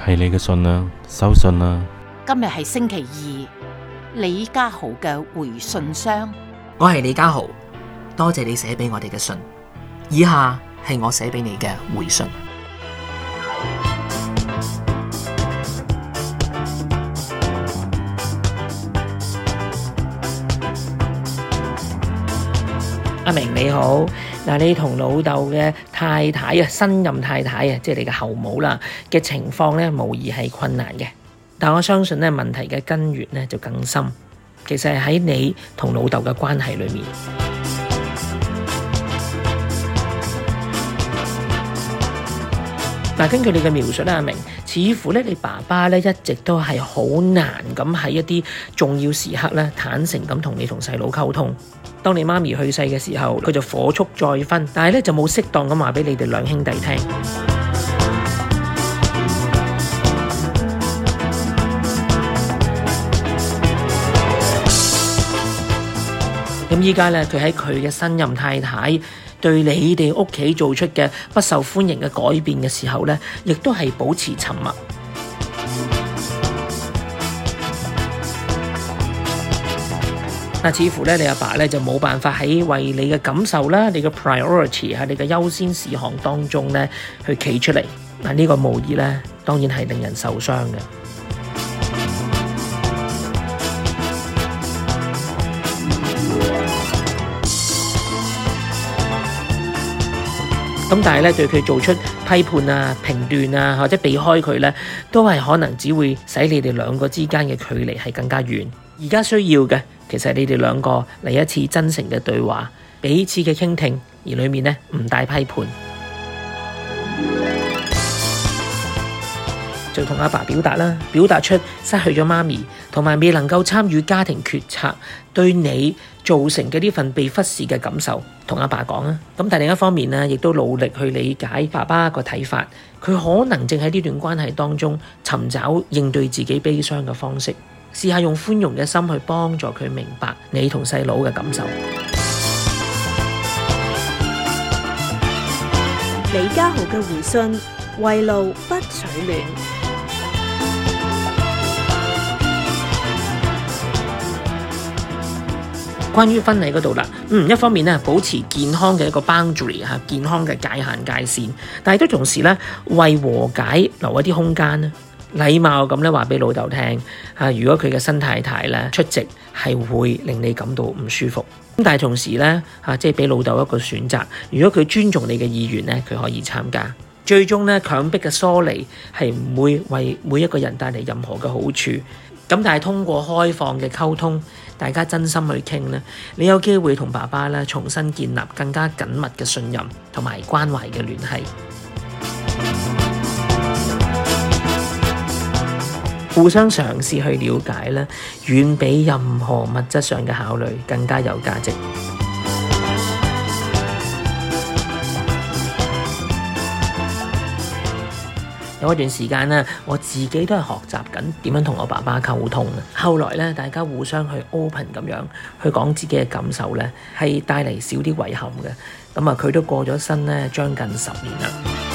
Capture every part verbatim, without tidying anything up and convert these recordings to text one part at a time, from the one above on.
係你嘅信啦，收信啦。 今日係星期二，李家豪嘅回信箱。 我係李家豪，多謝你寫俾我哋嘅信。以下係我寫俾你嘅回信。阿明你好，嗱，你同老豆嘅太太啊，新任太太啊，即係你嘅後母啦嘅情況咧，無疑係困難嘅。但我相信咧，問題嘅根源咧就更深，其實係喺你同老豆嘅關係裏面。嗱，根據你嘅描述咧，阿明，似乎咧你爸爸咧一直都係好難咁喺一啲重要時刻咧坦誠咁同你同細佬溝通。當你媽咪去世嘅時候，佢就火速再婚，但係咧就冇適當咁話俾你哋兩兄弟聽。咁依家咧，佢喺佢嘅新任太太對你哋屋企做出嘅不受歡迎嘅改變嘅時候咧，亦都係保持沉默。嗱，似乎咧你阿爸咧就冇辦法喺為你嘅感受啦、你嘅 priority 喺你嘅優先事項當中咧去企出嚟。嗱，呢個無疑咧，當然係令人受傷嘅。咁但係咧，對佢做出批判啊、評斷啊，或者避開佢咧，都係可能只會使你哋兩個之間嘅距離係更加遠。而家需要嘅，其實係你哋兩個嚟一次真誠嘅對話，彼此嘅傾聽，而裡面咧唔帶批判。就同阿爸表達啦，表達出失去咗媽咪，同埋未能夠參與家庭決策，對你造成嘅呢份被忽視嘅感受，同阿爸講啊。咁但另一方面呢，亦都努力去理解爸爸個睇法。佢可能正喺呢段關係當中尋找應對自己悲傷嘅方式，試下用寬容嘅心去幫助佢明白你同細佬嘅感受。 李家豪嘅回信：圍爐不取暖。 關於婚禮嗰度啦，嗯，一方面咧保持健康嘅一個 boundary 嚇，健康嘅界限界線，但係都同時咧為和解留一啲空間咧，禮貌咁咧話俾老豆聽嚇，如果佢嘅新太太咧出席係會令你感到唔舒服，咁但係同時咧嚇，即係俾老豆一個選擇，如果佢尊重你嘅意願咧，佢可以參加。最終咧強迫嘅疏離係唔會為每一個人帶嚟任何嘅好處。咁但係通過開放嘅溝通，大家真心去傾咧，你有機會同爸爸咧重新建立更加緊密嘅信任同埋關懷嘅聯繫，互相嘗試去了解咧，遠比任何物質上嘅考慮更加有價值。有一段時間咧，我自己都係學習緊點樣同我爸爸溝通嘅。後來咧，大家互相去 open 咁樣去講自己嘅感受咧，係帶嚟少啲遺憾嘅。咁啊，佢都過咗身咧，將近十年啦。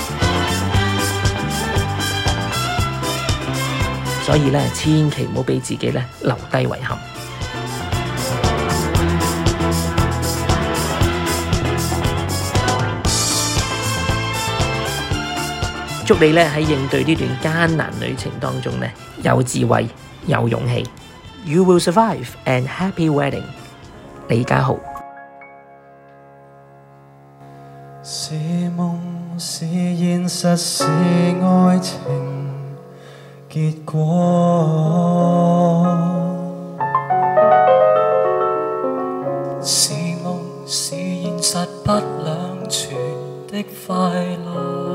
所以咧，千祈唔好俾自己咧留低遺憾。祝你咧喺應對呢段艱難旅程當中咧有智慧有勇氣。You will survive and happy wedding， 李家豪。 是夢是現實是愛情結果，是夢是現實不兩全的快樂。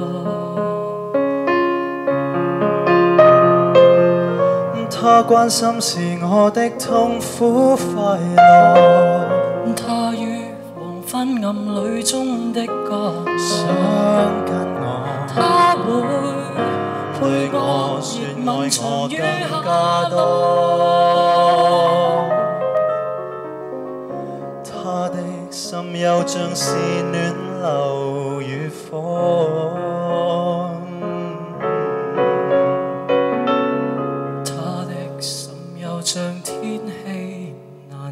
他關心是我的痛苦快樂，他於黃昏暗裡中的歌想跟我，他會陪我越漫長越更加多，他的心又像是暖流與火。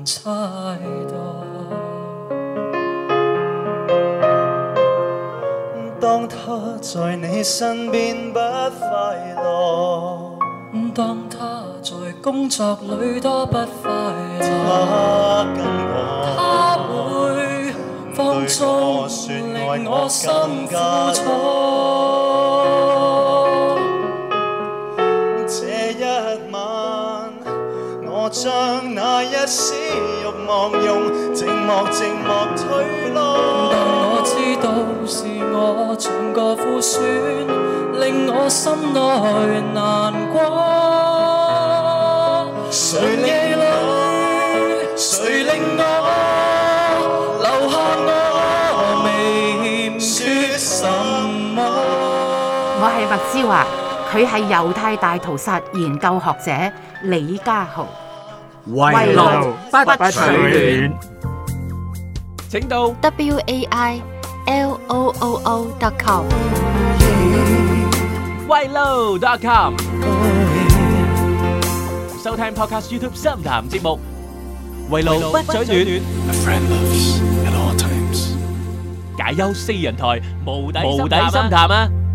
猜度。當他在你身邊不快樂，當他在工作裏多不快樂，他跟我，他會放縱令我心苦楚。這一晚，我將那一絲慾望用寂寞寂寞推落。但我知道是我像個苦酸，令我心內難過。誰夜裏，誰令我留下我未說什麼？ 我係麥之華，佢係猶太大屠殺研究學者李家豪。 圍爐不取暖，請到 w a i l o o o dot com 圍爐 dot com 收聽 Podcast YouTube 深談節目，圍爐不取暖，解憂四人台無底深談啊！